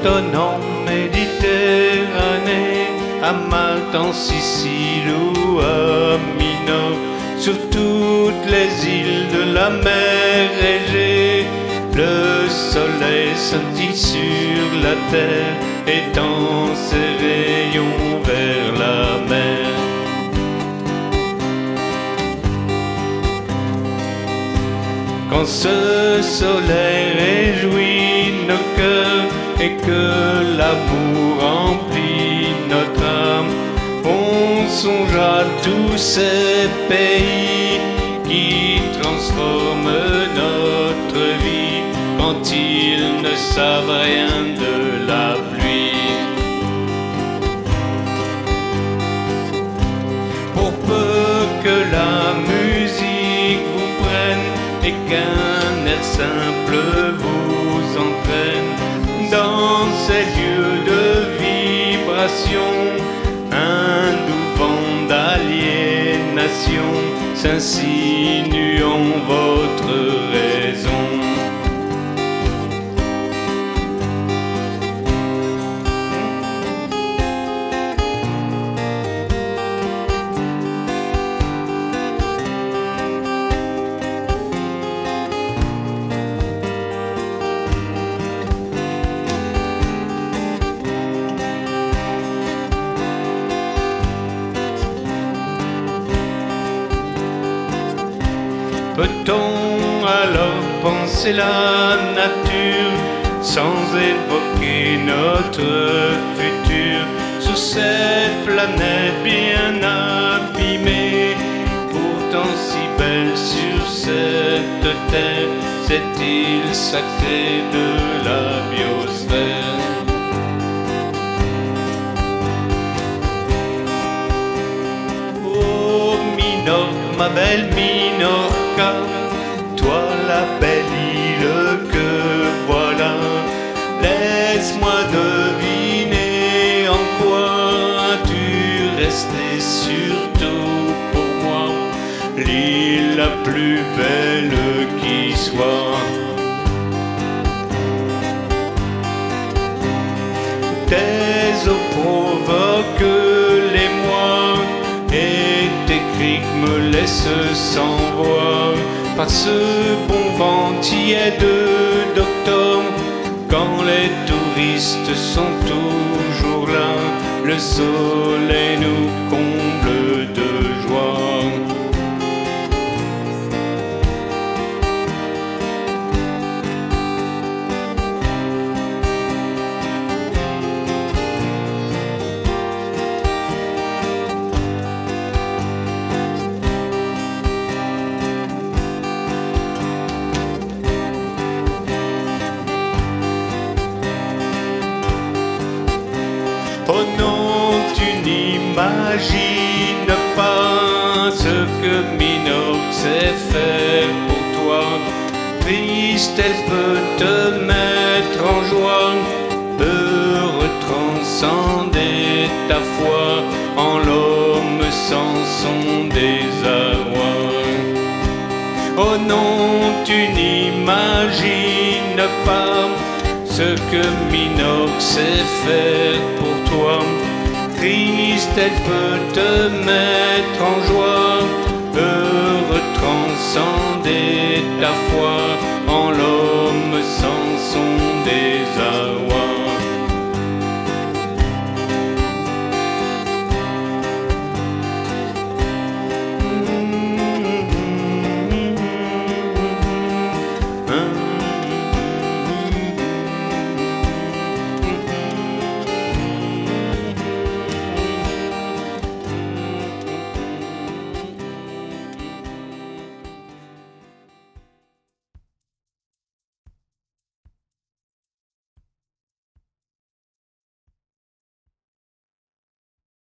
automne en Méditerranée, à Malte, en Sicile ou à Minorque, sur toutes les îles de la mer Égée, le soleil scintille sur la terre, étend ses rayons vers la mer. Quand ce soleil réjouit nos cœurs et que l'amour remplit notre âme, on songe à tous ces pays qui transforment notre vie quand ils ne savent rien de la pluie. Pour peu que la musique vous prenne et qu'un air simple vous entraîne dans ces lieux de vibration, un doux vent d'aliénation s'insinue en votre raison. Peut-on alors penser la nature sans évoquer notre futur sur cette planète bien abîmée, pourtant si belle sur cette terre, cette île sacrée de la biosphère? Oh Minorque, ma belle Minorca, toi la belle île que voilà, laisse-moi deviner en quoi as-tu resté surtout pour moi, l'île la plus belle qui soit. Tes eaux provoquent l'émoi et tes cris me laissent sans voix par ce bon vent tiède d'octobre. Quand les touristes sont toujours là, le soleil nous comble de joie. Oh non, tu n'imagines pas ce que Minorque sait faire pour toi. Triste, elle peut te mettre en joie, heureux transcender ta foi en l'homme sans son désarroi. Oh non, tu n'imagines pas ce que Minorque sait faire pour toi. Triste, elle peut te mettre en joie, heureux transcender ta foi